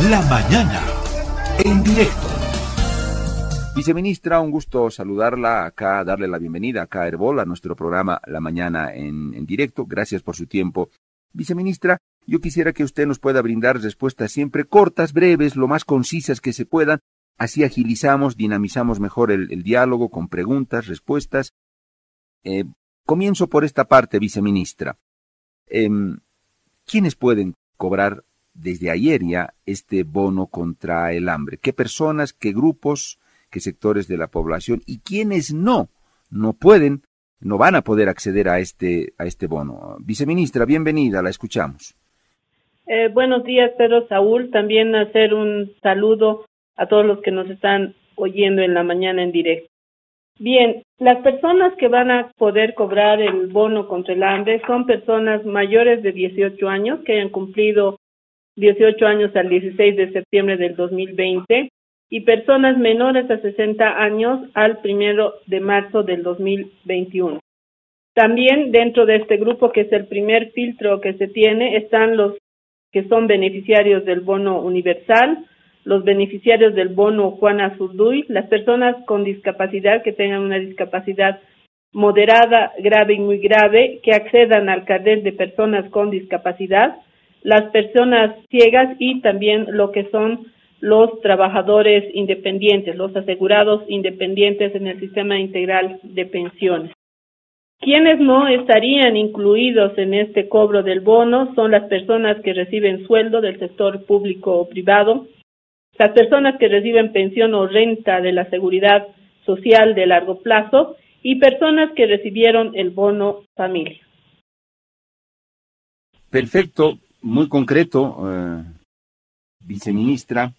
La mañana en directo. Viceministra, un gusto saludarla acá, darle la bienvenida acá a Herbol, a nuestro programa La Mañana en directo. Gracias por su tiempo. Viceministra, yo quisiera que usted nos pueda brindar respuestas siempre cortas, breves, lo más concisas que se puedan. Así agilizamos, dinamizamos mejor el diálogo con preguntas, respuestas. Comienzo por esta parte, viceministra. ¿Quiénes pueden cobrar desde ayer ya este bono contra el hambre? ¿Qué personas, qué grupos, qué sectores de la población y quiénes no pueden, no van a poder acceder a este bono? Viceministra, bienvenida, la escuchamos. Buenos días, Pedro Saúl. También hacer un saludo a todos los que nos están oyendo en la mañana en directo. Bien, las personas que van a poder cobrar el bono contra el hambre son personas mayores de 18 años que hayan cumplido 18 años al 16 de septiembre del 2020 y personas menores a 60 años al 1 de marzo del 2021. También dentro de este grupo, que es el primer filtro que se tiene, están los que son beneficiarios del bono universal, los beneficiarios del bono Juana Azurduy, las personas con discapacidad que tengan una discapacidad moderada, grave y muy grave, que accedan al carnet de personas con discapacidad, las personas ciegas y también lo que son los trabajadores independientes, los asegurados independientes en el sistema integral de pensiones. Quienes no estarían incluidos en este cobro del bono son las personas que reciben sueldo del sector público o privado, las personas que reciben pensión o renta de la seguridad social de largo plazo y personas que recibieron el bono familia. Perfecto, muy concreto, viceministra,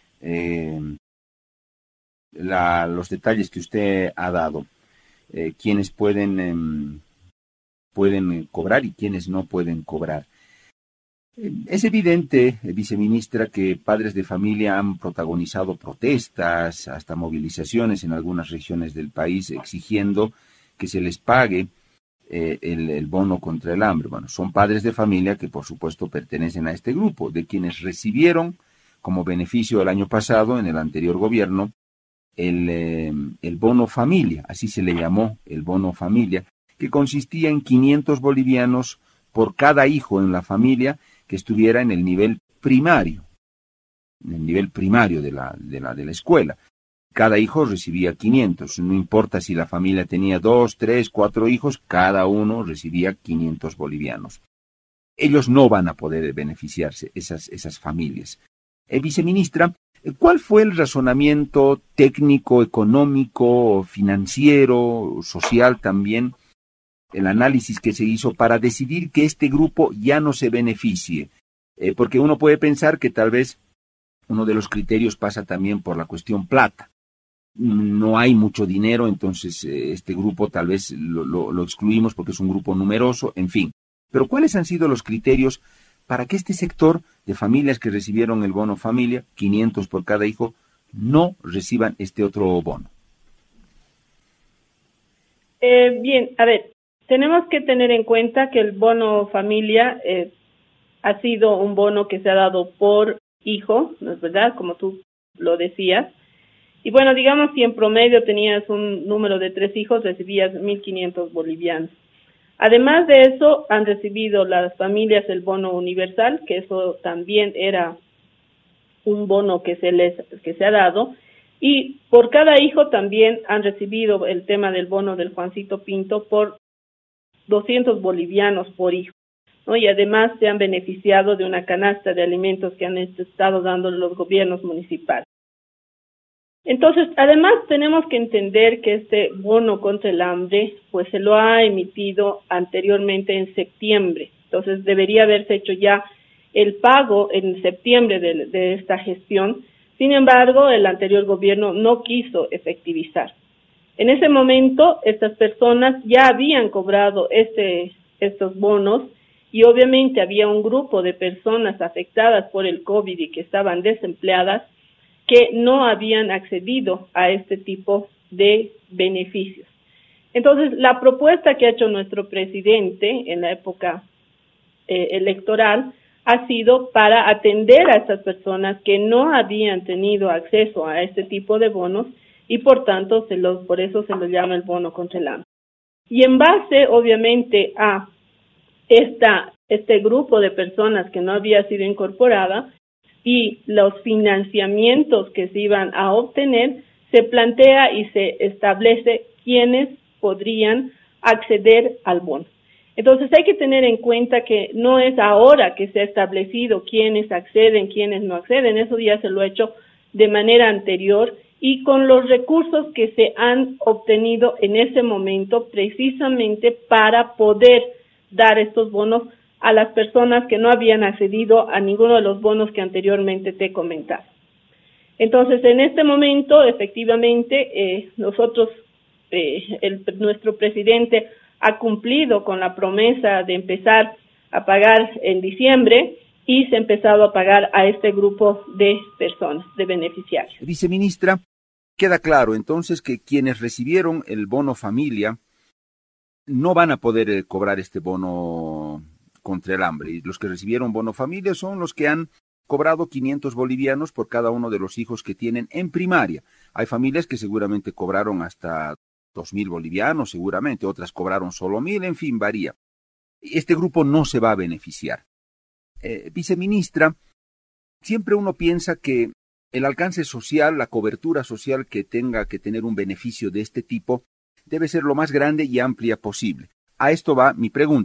los detalles que usted ha dado, quienes pueden cobrar y quienes no pueden cobrar. Es evidente, viceministra, que padres de familia han protagonizado protestas, hasta movilizaciones en algunas regiones del país exigiendo que se les pague el bono contra el hambre. Bueno, son padres de familia que por supuesto pertenecen a este grupo, de quienes recibieron como beneficio el año pasado, en el anterior gobierno, el bono familia, así se le llamó, el bono familia, que consistía en 500 bolivianos por cada hijo en la familia que estuviera en el nivel primario, de la escuela. Cada hijo recibía 500, no importa si la familia tenía 2, 3, 4 hijos, cada uno recibía 500 bolivianos. Ellos no van a poder beneficiarse, esas familias. Viceministra, ¿cuál fue el razonamiento técnico, económico, financiero, social también, el análisis que se hizo para decidir que este grupo ya no se beneficie? Porque uno puede pensar que tal vez uno de los criterios pasa también por la cuestión plata. No hay mucho dinero, entonces este grupo tal vez lo excluimos porque es un grupo numeroso, en fin. Pero ¿cuáles han sido los criterios para que este sector de familias que recibieron el bono familia, 500 por cada hijo, no reciban este otro bono? Bien, a ver, tenemos que tener en cuenta que el bono familia ha sido un bono que se ha dado por hijo, ¿no es verdad? Como tú lo decías. Y bueno, digamos, si en promedio tenías un número de 3 hijos, recibías 1.500 bolivianos. Además de eso, han recibido las familias el bono universal, que eso también era un bono que se ha dado, y por cada hijo también han recibido el tema del bono del Juancito Pinto por 200 bolivianos por hijo, ¿no? Y además se han beneficiado de una canasta de alimentos que han estado dando los gobiernos municipales. Entonces, además tenemos que entender que este bono contra el hambre, pues se lo ha emitido anteriormente en septiembre. Entonces, debería haberse hecho ya el pago en septiembre de esta gestión. Sin embargo, el anterior gobierno no quiso efectivizar. En ese momento, estas personas ya habían cobrado estos bonos y obviamente había un grupo de personas afectadas por el COVID y que estaban desempleadas que no habían accedido a este tipo de beneficios. Entonces, la propuesta que ha hecho nuestro presidente en la época electoral ha sido para atender a estas personas que no habían tenido acceso a este tipo de bonos y por tanto por eso se los llama el bono contra el hambre. Y en base, obviamente, a este grupo de personas que no había sido incorporada y los financiamientos que se iban a obtener, se plantea y se establece quiénes podrían acceder al bono. Entonces hay que tener en cuenta que no es ahora que se ha establecido quiénes acceden, quiénes no acceden, eso ya se lo ha hecho de manera anterior y con los recursos que se han obtenido en ese momento precisamente para poder dar estos bonos a las personas que no habían accedido a ninguno de los bonos que anteriormente te he comentado. Entonces, en este momento, efectivamente, nuestro presidente ha cumplido con la promesa de empezar a pagar en diciembre y se ha empezado a pagar a este grupo de personas, de beneficiarios. Viceministra, queda claro entonces que quienes recibieron el bono familia no van a poder cobrar este bono contra el hambre. Y los que recibieron bono familia son los que han cobrado 500 bolivianos por cada uno de los hijos que tienen en primaria. Hay familias que seguramente cobraron hasta 2.000 bolivianos, seguramente, otras cobraron solo 1.000, en fin, varía. Este grupo no se va a beneficiar. Viceministra, siempre uno piensa que el alcance social, la cobertura social que tenga que tener un beneficio de este tipo, debe ser lo más grande y amplia posible. A esto va mi pregunta.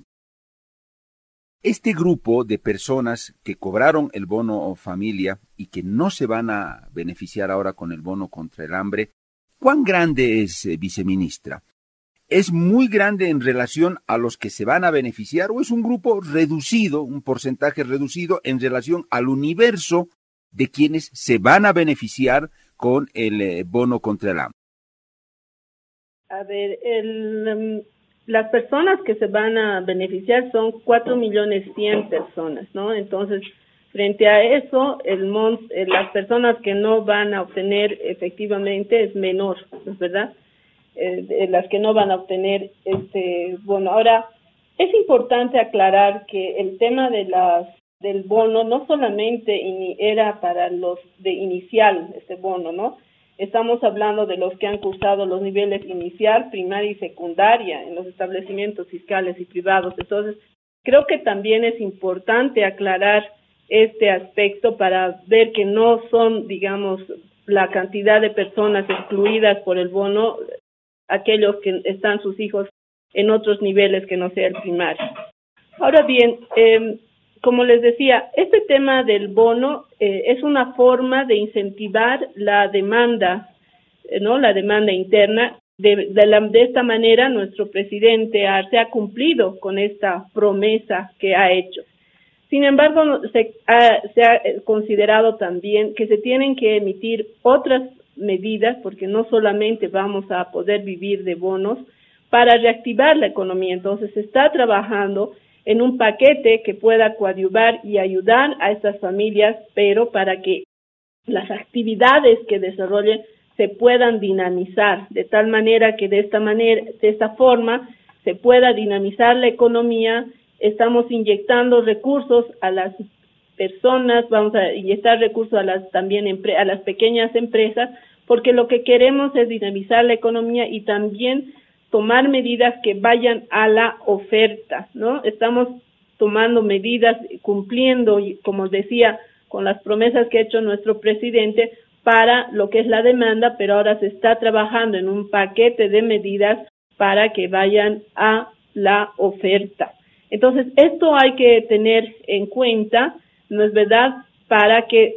Este grupo de personas que cobraron el bono familia y que no se van a beneficiar ahora con el bono contra el hambre, ¿cuán grande es, viceministra? ¿Es muy grande en relación a los que se van a beneficiar o es un grupo reducido, un porcentaje reducido en relación al universo de quienes se van a beneficiar con el bono contra el hambre? A ver, las personas que se van a beneficiar son 4.100.000 personas, ¿no? Entonces, frente a eso, las personas que no van a obtener efectivamente es menor, ¿no es verdad? Las que no van a obtener este bono. Ahora, es importante aclarar que el tema del bono no solamente era para los de inicial, este bono, ¿no? Estamos hablando de los que han cursado los niveles inicial, primaria y secundaria en los establecimientos fiscales y privados. Entonces, creo que también es importante aclarar este aspecto para ver que no son, digamos, la cantidad de personas excluidas por el bono, aquellos que están sus hijos en otros niveles que no sea el primario. Ahora bien, como les decía, este tema del bono es una forma de incentivar la demanda, ¿no? La demanda interna. De esta manera, nuestro presidente se ha cumplido con esta promesa que ha hecho. Sin embargo, se ha considerado también que se tienen que emitir otras medidas, porque no solamente vamos a poder vivir de bonos, para reactivar la economía. Entonces, se está trabajando en un paquete que pueda coadyuvar y ayudar a estas familias, pero para que las actividades que desarrollen se puedan dinamizar, de tal manera que de esta forma, se pueda dinamizar la economía. Estamos inyectando recursos a las personas, vamos a inyectar recursos también a las pequeñas empresas, porque lo que queremos es dinamizar la economía y también tomar medidas que vayan a la oferta, ¿no? Estamos tomando medidas, cumpliendo, como decía, con las promesas que ha hecho nuestro presidente para lo que es la demanda, pero ahora se está trabajando en un paquete de medidas para que vayan a la oferta. Entonces, esto hay que tener en cuenta, ¿no es verdad?, para que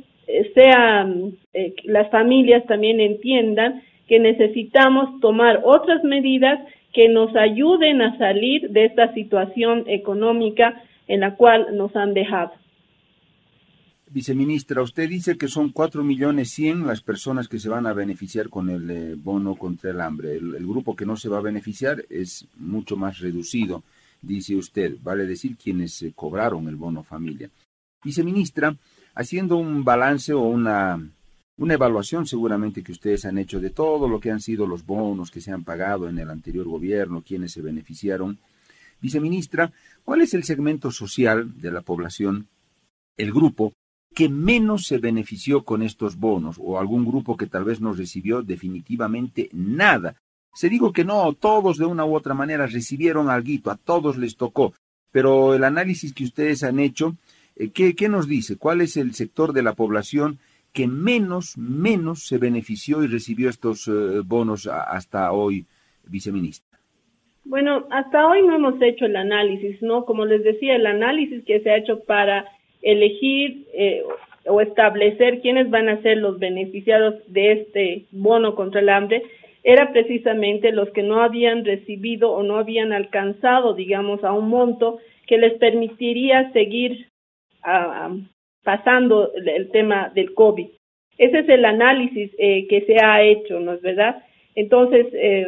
las familias también entiendan que necesitamos tomar otras medidas que nos ayuden a salir de esta situación económica en la cual nos han dejado. Viceministra, usted dice que son 4.100.000 las personas que se van a beneficiar con el bono contra el hambre. El grupo que no se va a beneficiar es mucho más reducido, dice usted, vale decir quienes cobraron el bono familia. Viceministra, haciendo un balance o una evaluación seguramente que ustedes han hecho de todo lo que han sido los bonos que se han pagado en el anterior gobierno, quienes se beneficiaron. Viceministra, ¿Cuál es el segmento social de la población, el grupo que menos se benefició con estos bonos, o algún grupo que tal vez no recibió definitivamente nada? Se dijo que no, todos de una u otra manera recibieron alguito, a todos les tocó, pero el análisis que ustedes han hecho, ¿qué nos dice? ¿Cuál es el sector de la población que menos se benefició y recibió estos bonos hasta hoy, viceministra? Bueno, hasta hoy no hemos hecho el análisis, ¿no? Como les decía, el análisis que se ha hecho para elegir o establecer quiénes van a ser los beneficiados de este bono contra el hambre era precisamente los que no habían recibido o no habían alcanzado, digamos, a un monto que les permitiría seguir pasando el tema del COVID. Ese es el análisis que se ha hecho, ¿no es verdad? Entonces,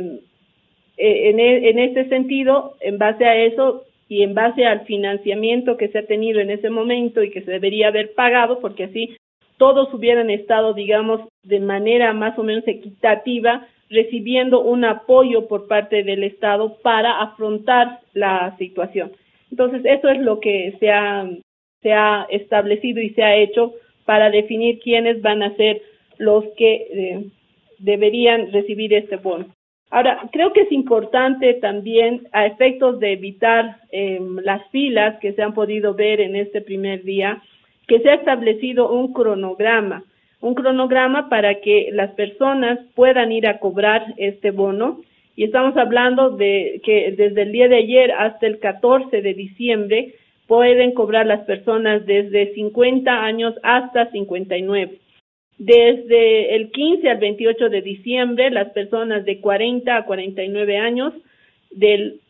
en este sentido, en base a eso y en base al financiamiento que se ha tenido en ese momento y que se debería haber pagado, porque así todos hubieran estado, digamos, de manera más o menos equitativa, recibiendo un apoyo por parte del Estado para afrontar la situación. Entonces, eso es lo que se ha establecido y se ha hecho para definir quiénes van a ser los que deberían recibir este bono. Ahora, creo que es importante también, a efectos de evitar las filas que se han podido ver en este primer día, que se ha establecido un cronograma para que las personas puedan ir a cobrar este bono. Y estamos hablando de que desde el día de ayer hasta el 14 de diciembre pueden cobrar las personas desde 50 años hasta 59. Desde el 15 al 28 de diciembre, las personas de 40 a 49 años. Del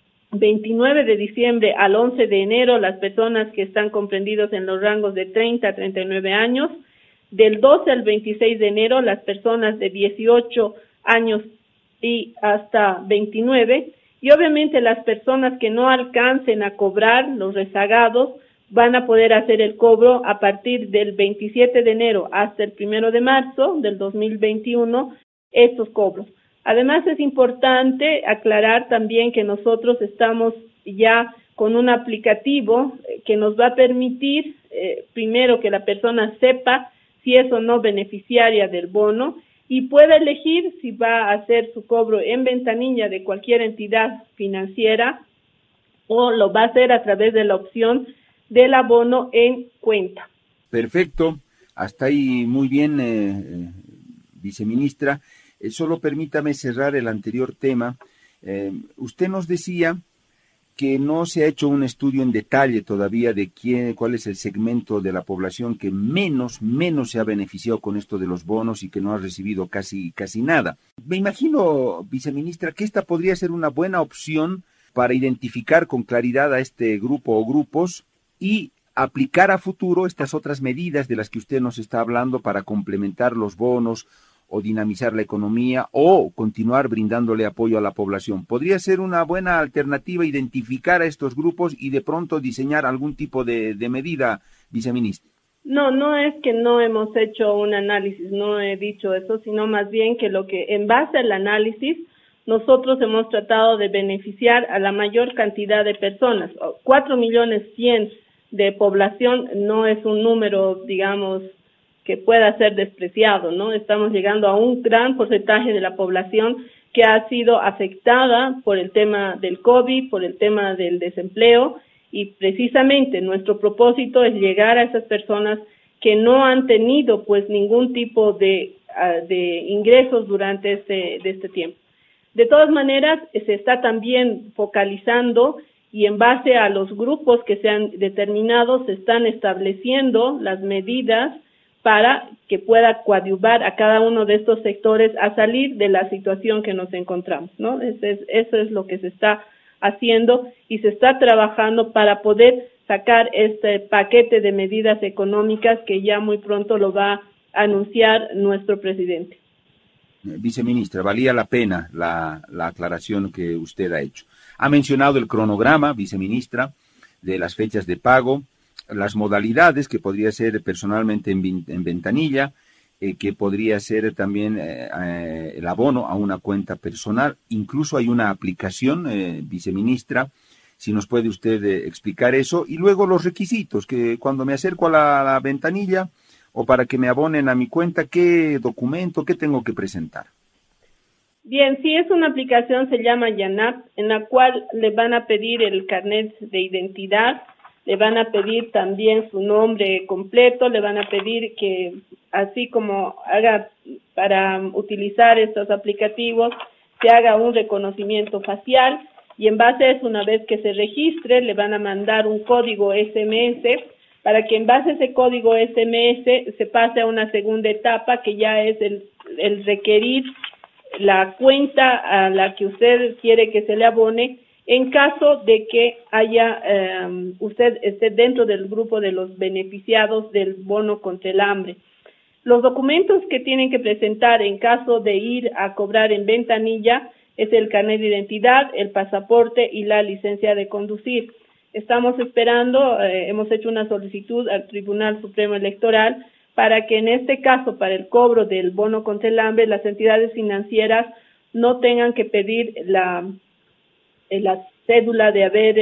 29 de diciembre al 11 de enero, las personas que están comprendidos en los rangos de 30 a 39 años. Del 12 al 26 de enero, las personas de 18 años y hasta 29. Y obviamente las personas que no alcancen a cobrar, los rezagados, van a poder hacer el cobro a partir del 27 de enero hasta el 1 de marzo del 2021, estos cobros. Además, es importante aclarar también que nosotros estamos ya con un aplicativo que nos va a permitir, primero, que la persona sepa si es o no beneficiaria del bono y pueda elegir si va a hacer su cobro en ventanilla de cualquier entidad financiera o lo va a hacer a través de la opción del abono en cuenta. Perfecto, hasta ahí muy bien, viceministra. Solo permítame cerrar el anterior tema. Usted nos decía que no se ha hecho un estudio en detalle todavía de cuál es el segmento de la población que menos se ha beneficiado con esto de los bonos y que no ha recibido casi nada. Me imagino, viceministra, que esta podría ser una buena opción para identificar con claridad a este grupo o grupos y aplicar a futuro estas otras medidas de las que usted nos está hablando para complementar los bonos o dinamizar la economía o continuar brindándole apoyo a la población. ¿Podría ser una buena alternativa identificar a estos grupos y de pronto diseñar algún tipo de medida, viceministra? No es que no hemos hecho un análisis, no he dicho eso, sino más bien que en base al análisis nosotros hemos tratado de beneficiar a la mayor cantidad de personas. 4.100.000 de población no es un número, digamos, que pueda ser despreciado, ¿no? Estamos llegando a un gran porcentaje de la población que ha sido afectada por el tema del COVID, por el tema del desempleo, y precisamente nuestro propósito es llegar a esas personas que no han tenido pues ningún tipo de ingresos durante este tiempo. De todas maneras, se está también focalizando y en base a los grupos que se han determinado, se están estableciendo las medidas para que pueda coadyuvar a cada uno de estos sectores a salir de la situación que nos encontramos, ¿no? Eso es lo que se está haciendo y se está trabajando para poder sacar este paquete de medidas económicas que ya muy pronto lo va a anunciar nuestro presidente. Viceministra, valía la pena la aclaración que usted ha hecho. Ha mencionado el cronograma, viceministra, de las fechas de pago, las modalidades, que podría ser personalmente en ventanilla, que podría ser también el abono a una cuenta personal. Incluso hay una aplicación, viceministra, Si nos puede usted explicar eso. Y luego los requisitos, que cuando me acerco a la ventanilla o para que me abonen a mi cuenta, ¿qué documento, qué tengo que presentar? Bien, si es una aplicación, se llama Yanap, en la cual le van a pedir el carnet de identidad, le van a pedir también su nombre completo, le van a pedir que, así como haga para utilizar estos aplicativos, se haga un reconocimiento facial, y en base a eso, una vez que se registre, le van a mandar un código SMS para que en base a ese código SMS se pase a una segunda etapa, que ya es el requerir la cuenta a la que usted quiere que se le abone en caso de que usted esté dentro del grupo de los beneficiados del bono contra el hambre. Los documentos que tienen que presentar en caso de ir a cobrar en ventanilla es el carnet de identidad, el pasaporte y la licencia de conducir. Estamos esperando, hemos hecho una solicitud al Tribunal Supremo Electoral para que en este caso, para el cobro del bono contra el hambre, las entidades financieras no tengan que pedir la cédula de haber,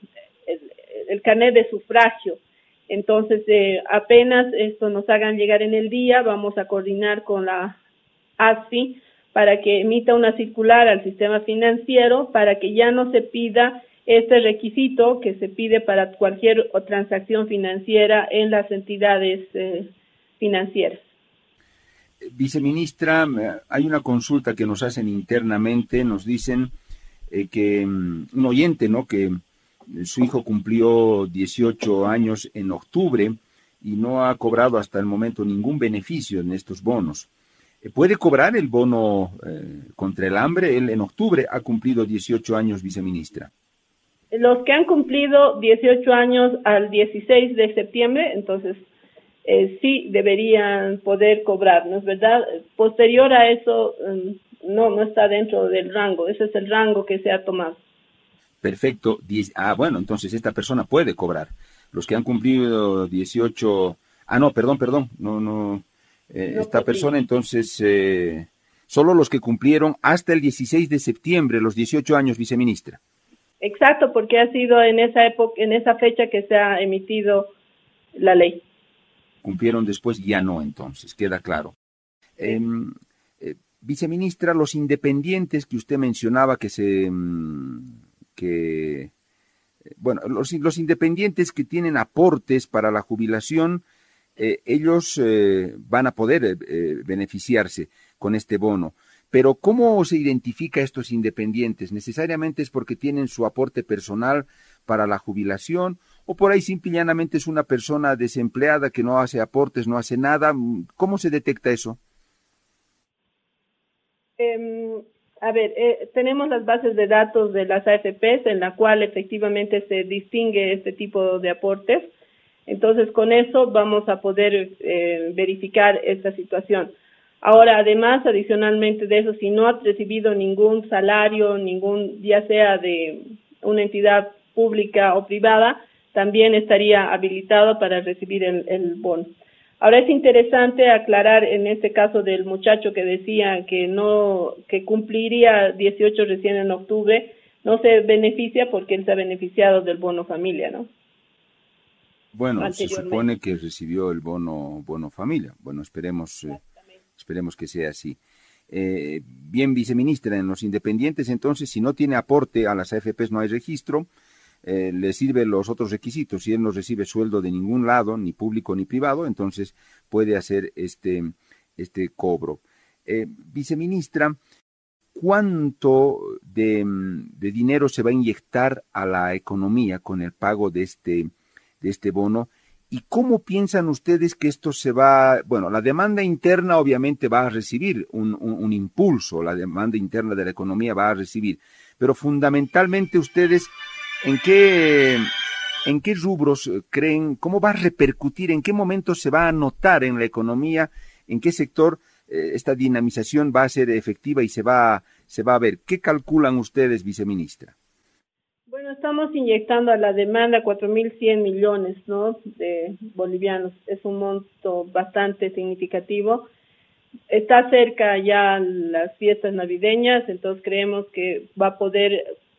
el carnet de sufragio. Entonces, apenas esto nos hagan llegar en el día, vamos a coordinar con la ASFI para que emita una circular al sistema financiero para que ya no se pida este requisito que se pide para cualquier transacción financiera en las entidades financieras. Viceministra, hay una consulta que nos hacen internamente, nos dicen que un oyente, ¿no?, que su hijo cumplió 18 años en octubre y no ha cobrado hasta el momento ningún beneficio en estos bonos. ¿Puede cobrar el bono contra el hambre? Él en octubre ha cumplido 18 años, viceministra. Los que han cumplido 18 años al 16 de septiembre, entonces sí deberían poder cobrar, ¿no es verdad? Posterior a eso, no está dentro del rango, ese es el rango que se ha tomado. Perfecto. Bueno, entonces esta persona puede cobrar. Los que han cumplido 18... no, perdón, no. Esta persona entonces, solo los que cumplieron hasta el 16 de septiembre, los 18 años, viceministra. Exacto, porque ha sido en esa época, en esa fecha que se ha emitido la ley. Cumplieron después, ya no, entonces, queda claro. Sí. Viceministra, los independientes que usted mencionaba los independientes que tienen aportes para la jubilación, ellos van a poder beneficiarse con este bono. Pero ¿cómo se identifica a estos independientes? ¿Necesariamente es porque tienen su aporte personal para la jubilación o por ahí simple y llanamente es una persona desempleada que no hace aportes, no hace nada? ¿Cómo se detecta eso? Tenemos las bases de datos de las AFPs en la cual efectivamente se distingue este tipo de aportes. Entonces, con eso vamos a poder verificar esta situación. Ahora, además, adicionalmente de eso, si no ha recibido ningún salario, ya sea de una entidad pública o privada, también estaría habilitado para recibir el bono. Ahora es interesante aclarar en este caso del muchacho que decía que cumpliría 18 recién en octubre, no se beneficia porque él se ha beneficiado del bono familia, ¿no? Bueno, se supone que recibió el bono familia. Bueno, esperemos que sea así. Bien, viceministra, en los independientes, entonces, si no tiene aporte a las AFPs no hay registro, le sirven los otros requisitos. Si él no recibe sueldo de ningún lado, ni público ni privado, entonces puede hacer este cobro. Viceministra, ¿cuánto de dinero se va a inyectar a la economía con el pago de este bono? ¿Y cómo piensan ustedes que esto se va? Bueno, la demanda interna obviamente va a recibir un impulso, la demanda interna de la economía va a recibir, pero fundamentalmente ustedes, ¿en qué rubros creen, cómo va a repercutir, en qué momento se va a notar en la economía, en qué sector esta dinamización va a ser efectiva y se va a ver? ¿Qué calculan ustedes, viceministra? Bueno, estamos inyectando a la demanda 4.100 millones, ¿no?, de bolivianos. Es un monto bastante significativo. Está cerca ya las fiestas navideñas, entonces creemos que va a poder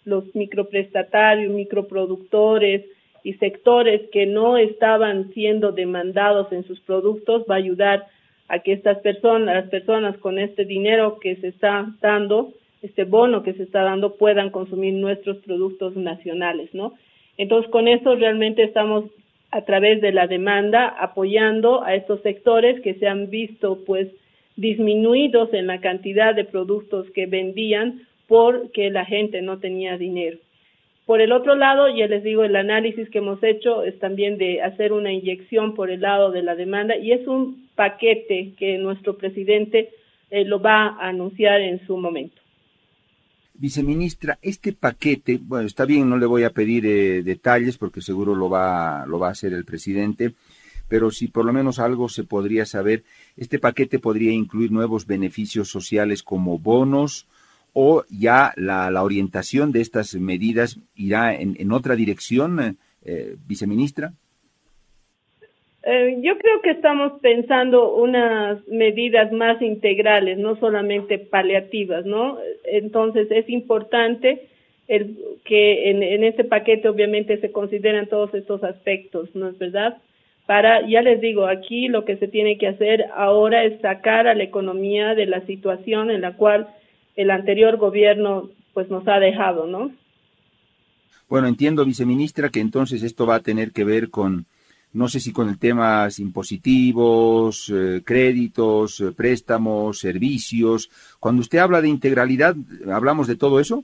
los microprestatarios, microproductores y sectores que no estaban siendo demandados en sus productos, va a ayudar a que estas personas, las personas con este dinero que se está dando, este bono que se está dando, puedan consumir nuestros productos nacionales, ¿no? Entonces, con eso realmente estamos, a través de la demanda, apoyando a estos sectores que se han visto, pues, disminuidos en la cantidad de productos que vendían porque la gente no tenía dinero. Por el otro lado, ya les digo, el análisis que hemos hecho es también de hacer una inyección por el lado de la demanda, y es un paquete que nuestro presidente lo va a anunciar en su momento. Viceministra, este paquete, bueno, está bien, no le voy a pedir detalles porque seguro lo va a hacer el presidente, pero si por lo menos algo se podría saber, este paquete podría incluir nuevos beneficios sociales como bonos, o ya la orientación de estas medidas irá en otra dirección, viceministra. Yo creo que estamos pensando unas medidas más integrales, no solamente paliativas, ¿no? Entonces es importante que en este paquete obviamente se consideran todos estos aspectos, ¿no es verdad? Ya les digo, aquí lo que se tiene que hacer ahora es sacar a la economía de la situación en la cual el anterior gobierno pues nos ha dejado, ¿no? Bueno, entiendo, viceministra, que entonces esto va a tener que ver con, no sé si con el temas impositivos, créditos, préstamos, servicios. Cuando usted habla de integralidad, ¿hablamos de todo eso?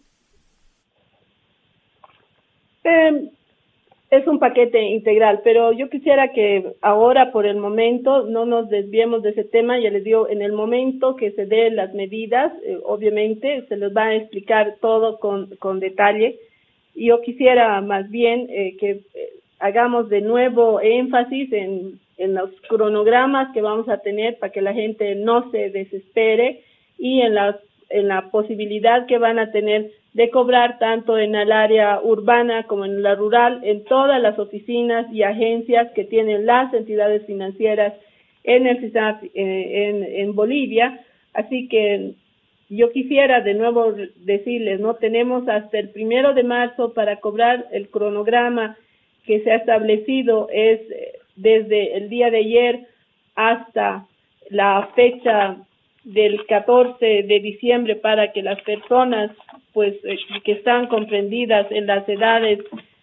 Es un paquete integral, pero yo quisiera que ahora, por el momento, no nos desviemos de ese tema. Ya les digo, en el momento que se den las medidas, obviamente se les va a explicar todo con detalle. Yo quisiera más bien que hagamos de nuevo énfasis en los cronogramas que vamos a tener para que la gente no se desespere, y en la posibilidad que van a tener de cobrar tanto en el área urbana como en la rural, en todas las oficinas y agencias que tienen las entidades financieras en el sistema en Bolivia. Así que yo quisiera de nuevo decirles, ¿no? Tenemos hasta el 1 de marzo para cobrar. El cronograma que se ha establecido es desde el día de ayer hasta la fecha del 14 de diciembre, para que las personas pues que están comprendidas en las edades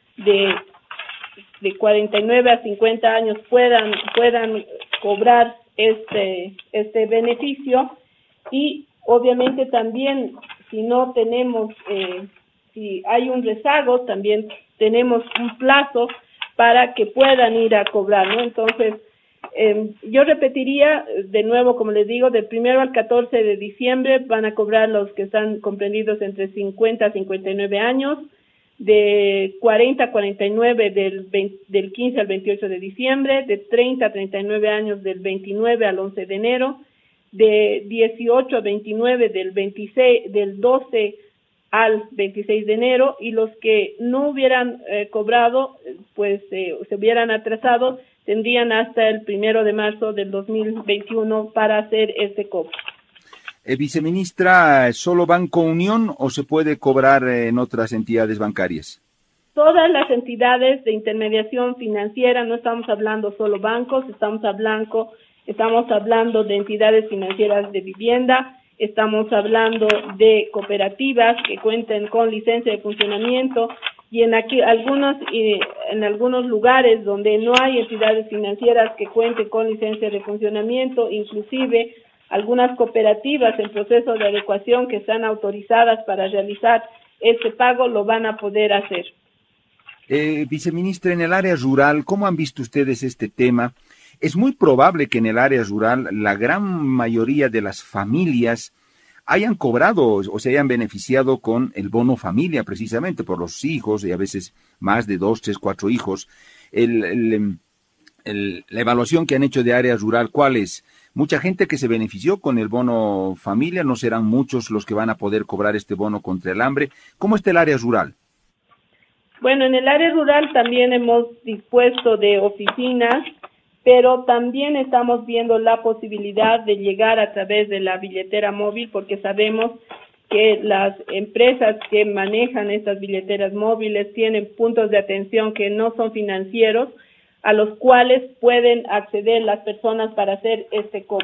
de 49 a 50 años puedan cobrar este beneficio. Y obviamente también, si no tenemos, si hay un rezago, también tenemos un plazo para que puedan ir a cobrar, ¿no? Entonces, yo repetiría de nuevo, como les digo, del 1 al 14 de diciembre van a cobrar los que están comprendidos entre 50 a 59 años, de 40 a 49 del 15 al 28 de diciembre, de 30 a 39 años del 29 al 11 de enero, de 18 a 29 del 12 al 26 de enero, y los que no hubieran cobrado, pues se hubieran atrasado, tendrían hasta el 1 de marzo del 2021 para hacer este cobro. Viceministra, ¿solo Banco Unión o se puede cobrar en otras entidades bancarias? Todas las entidades de intermediación financiera, no estamos hablando solo bancos, estamos hablando de entidades financieras de vivienda, estamos hablando de cooperativas que cuenten con licencia de funcionamiento, y en algunos lugares donde no hay entidades financieras que cuenten con licencia de funcionamiento, inclusive algunas cooperativas en proceso de adecuación que están autorizadas para realizar este pago, lo van a poder hacer. Viceministra, en el área rural, ¿cómo han visto ustedes este tema? Es muy probable que en el área rural la gran mayoría de las familias hayan cobrado o se hayan beneficiado con el bono familia, precisamente por los hijos, y a veces más de 2, 3, 4 hijos. La evaluación que han hecho de área rural, ¿cuál es? Mucha gente que se benefició con el bono familia, no serán muchos los que van a poder cobrar este bono contra el hambre. ¿Cómo está el área rural? Bueno, en el área rural también hemos dispuesto de oficinas, pero también estamos viendo la posibilidad de llegar a través de la billetera móvil, porque sabemos que las empresas que manejan estas billeteras móviles tienen puntos de atención que no son financieros, a los cuales pueden acceder las personas para hacer este cobro.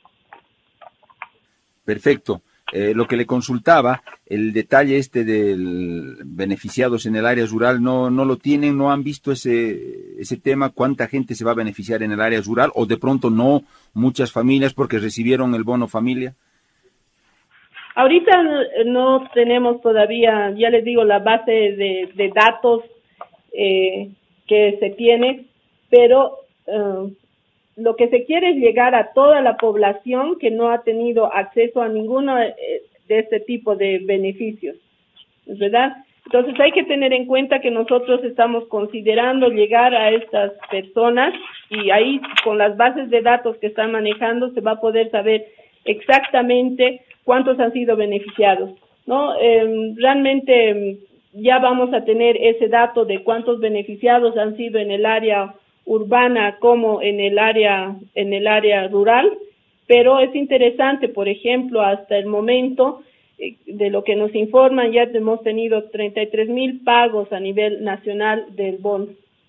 Perfecto. Lo que le consultaba, el detalle este del beneficiados en el área rural, no lo tienen, no han visto ese tema, cuánta gente se va a beneficiar en el área rural, o de pronto no muchas familias porque recibieron el bono familia. Ahorita no tenemos todavía, ya les digo, la base de datos que se tiene, pero lo que se quiere es llegar a toda la población que no ha tenido acceso a ninguno de este tipo de beneficios, ¿verdad? Entonces hay que tener en cuenta que nosotros estamos considerando llegar a estas personas y ahí con las bases de datos que están manejando se va a poder saber exactamente cuántos han sido beneficiados, ¿no? Realmente ya vamos a tener ese dato de cuántos beneficiados han sido en el área urbana como en el área rural, pero es interesante, por ejemplo, hasta el momento de lo que nos informan, ya hemos tenido 33,000 pagos a nivel nacional del bono.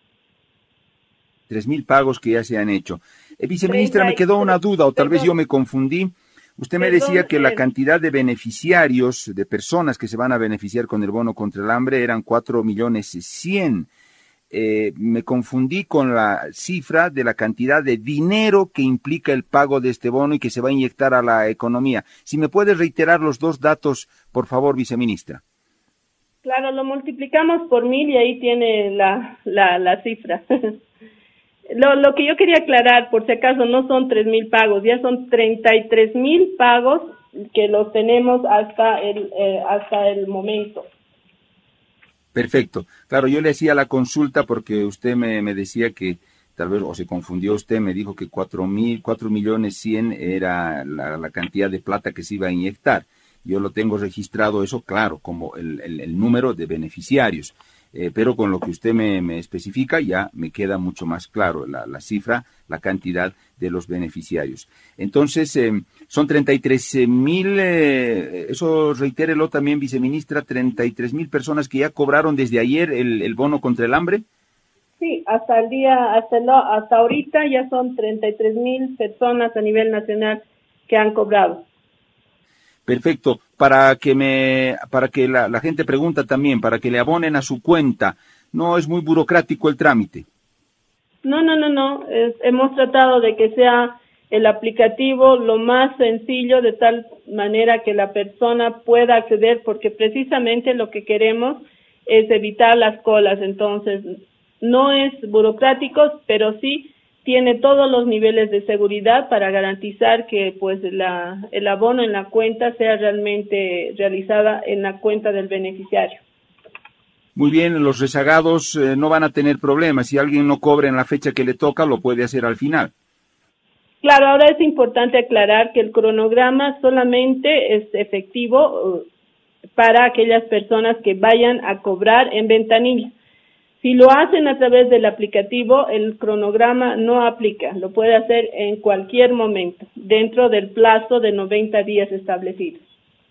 3,000 pagos que ya se han hecho. Viceministra, me quedó una duda, o tal vez yo me confundí. Usted me decía que la cantidad de beneficiarios, de personas que se van a beneficiar con el bono contra el hambre eran 4.100.000. Me confundí con la cifra de la cantidad de dinero que implica el pago de este bono y que se va a inyectar a la economía. Si me puede reiterar los dos datos, por favor, viceministra. Claro, lo multiplicamos por 1,000 y ahí tiene la cifra. Lo que yo quería aclarar, por si acaso, no son 3,000 pagos, ya son 33,000 pagos que los tenemos hasta el momento. Perfecto. Claro, yo le hacía la consulta porque usted me decía que tal vez, o se confundió usted, me dijo que 4.100.000 era la cantidad de plata que se iba a inyectar. Yo lo tengo registrado eso, claro, como el número de beneficiarios. Pero con lo que usted me especifica ya me queda mucho más claro la cifra, la cantidad de los beneficiarios. Entonces, son 33,000, eso reitérelo también, viceministra, 33,000 personas que ya cobraron desde ayer el bono contra el hambre. Sí, hasta ahorita ya son 33,000 personas a nivel nacional que han cobrado. Perfecto. Para que la gente pregunta también, para que le abonen a su cuenta, ¿no es muy burocrático el trámite? No. Hemos tratado de que sea el aplicativo lo más sencillo, de tal manera que la persona pueda acceder, porque precisamente lo que queremos es evitar las colas. Entonces, no es burocrático, pero sí tiene todos los niveles de seguridad para garantizar que pues el abono en la cuenta sea realmente realizada en la cuenta del beneficiario. Muy bien, los rezagados no van a tener problemas. Si alguien no cobra en la fecha que le toca, lo puede hacer al final. Claro, ahora es importante aclarar que el cronograma solamente es efectivo para aquellas personas que vayan a cobrar en ventanilla. Si lo hacen a través del aplicativo, el cronograma no aplica, lo puede hacer en cualquier momento, dentro del plazo de 90 días establecidos.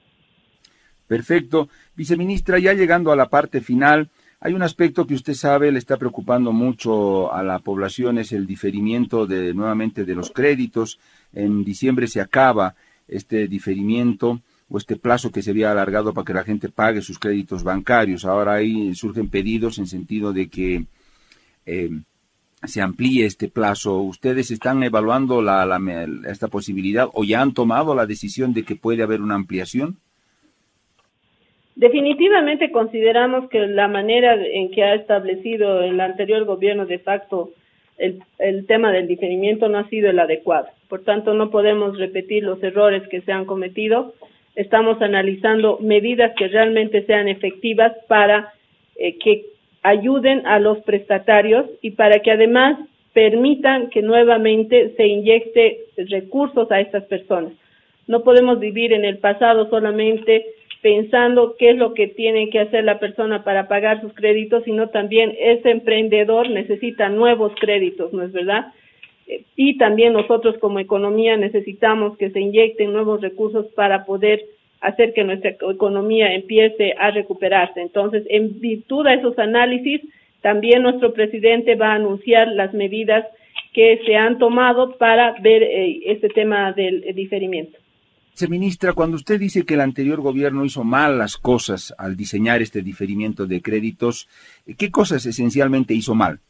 Perfecto. Viceministra, ya llegando a la parte final, hay un aspecto que usted sabe le está preocupando mucho a la población, es el diferimiento nuevamente de los créditos. En diciembre se acaba este diferimiento o este plazo que se había alargado para que la gente pague sus créditos bancarios. Ahora ahí surgen pedidos en sentido de que se amplíe este plazo. ¿Ustedes están evaluando esta posibilidad o ya han tomado la decisión de que puede haber una ampliación? Definitivamente consideramos que la manera en que ha establecido el anterior gobierno de facto el tema del diferimiento no ha sido el adecuado. Por tanto, no podemos repetir los errores que se han cometido. Estamos analizando medidas que realmente sean efectivas para que ayuden a los prestatarios y para que además permitan que nuevamente se inyecte recursos a estas personas. No podemos vivir en el pasado solamente pensando qué es lo que tiene que hacer la persona para pagar sus créditos, sino también ese emprendedor necesita nuevos créditos, ¿no es verdad? Y también nosotros como economía necesitamos que se inyecten nuevos recursos para poder hacer que nuestra economía empiece a recuperarse. Entonces, en virtud de esos análisis, también nuestro presidente va a anunciar las medidas que se han tomado para ver este tema del diferimiento. Viceministra, cuando usted dice que el anterior gobierno hizo mal las cosas al diseñar este diferimiento de créditos, ¿qué cosas esencialmente hizo mal?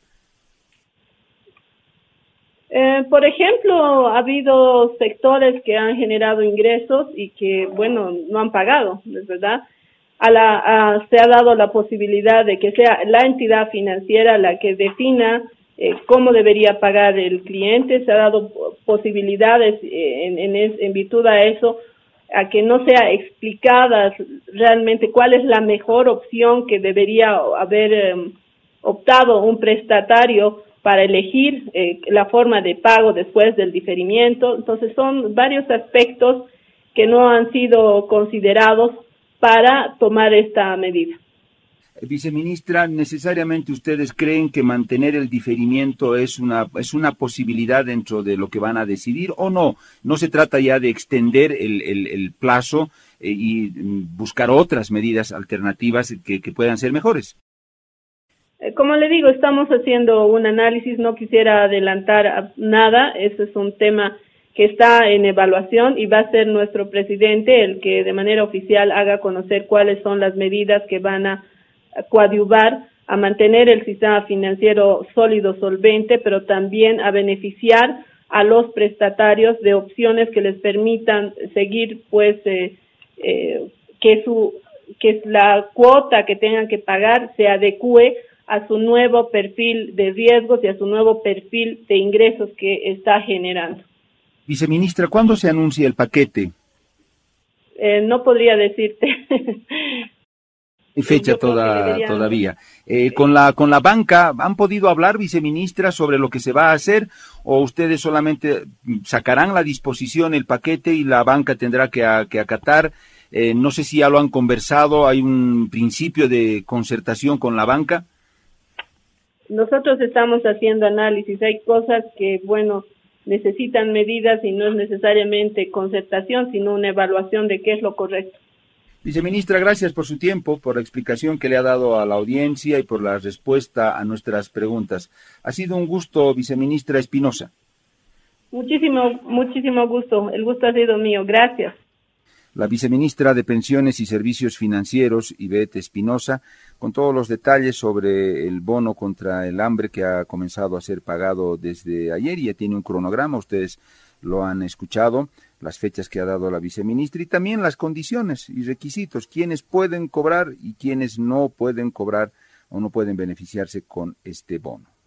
Por ejemplo, ha habido sectores que han generado ingresos y que, bueno, no han pagado, ¿es verdad? Se ha dado la posibilidad de que sea la entidad financiera la que defina cómo debería pagar el cliente. Se ha dado posibilidades en virtud a eso, a que no sea explicadas realmente cuál es la mejor opción que debería haber optado un prestatario para elegir la forma de pago después del diferimiento. Entonces son varios aspectos que no han sido considerados para tomar esta medida. Viceministra, ¿necesariamente ustedes creen que mantener el diferimiento es una posibilidad dentro de lo que van a decidir o no? ¿No se trata ya de extender el plazo y buscar otras medidas alternativas que puedan ser mejores? Como le digo, estamos haciendo un análisis, no quisiera adelantar nada, ese es un tema que está en evaluación y va a ser nuestro presidente el que de manera oficial haga conocer cuáles son las medidas que van a coadyuvar a mantener el sistema financiero sólido, solvente, pero también a beneficiar a los prestatarios de opciones que les permitan seguir, pues, que la cuota que tengan que pagar se adecue a su nuevo perfil de riesgos y a su nuevo perfil de ingresos que está generando. Viceministra, ¿cuándo se anuncia el paquete? No podría decirte. Fecha todavía. Con la banca, ¿han podido hablar, viceministra, sobre lo que se va a hacer o ustedes solamente sacarán la disposición, el paquete y la banca tendrá que acatar? No sé si ya lo han conversado, ¿hay un principio de concertación con la banca? Nosotros estamos haciendo análisis, hay cosas que, bueno, necesitan medidas y no es necesariamente concertación, sino una evaluación de qué es lo correcto. Viceministra, gracias por su tiempo, por la explicación que le ha dado a la audiencia y por la respuesta a nuestras preguntas. Ha sido un gusto, viceministra Espinosa. Muchísimo gusto. El gusto ha sido mío. Gracias. La viceministra de Pensiones y Servicios Financieros, Ivette Espinosa, con todos los detalles sobre el bono contra el hambre que ha comenzado a ser pagado desde ayer y ya tiene un cronograma, ustedes lo han escuchado, las fechas que ha dado la viceministra y también las condiciones y requisitos, quiénes pueden cobrar y quiénes no pueden cobrar o no pueden beneficiarse con este bono.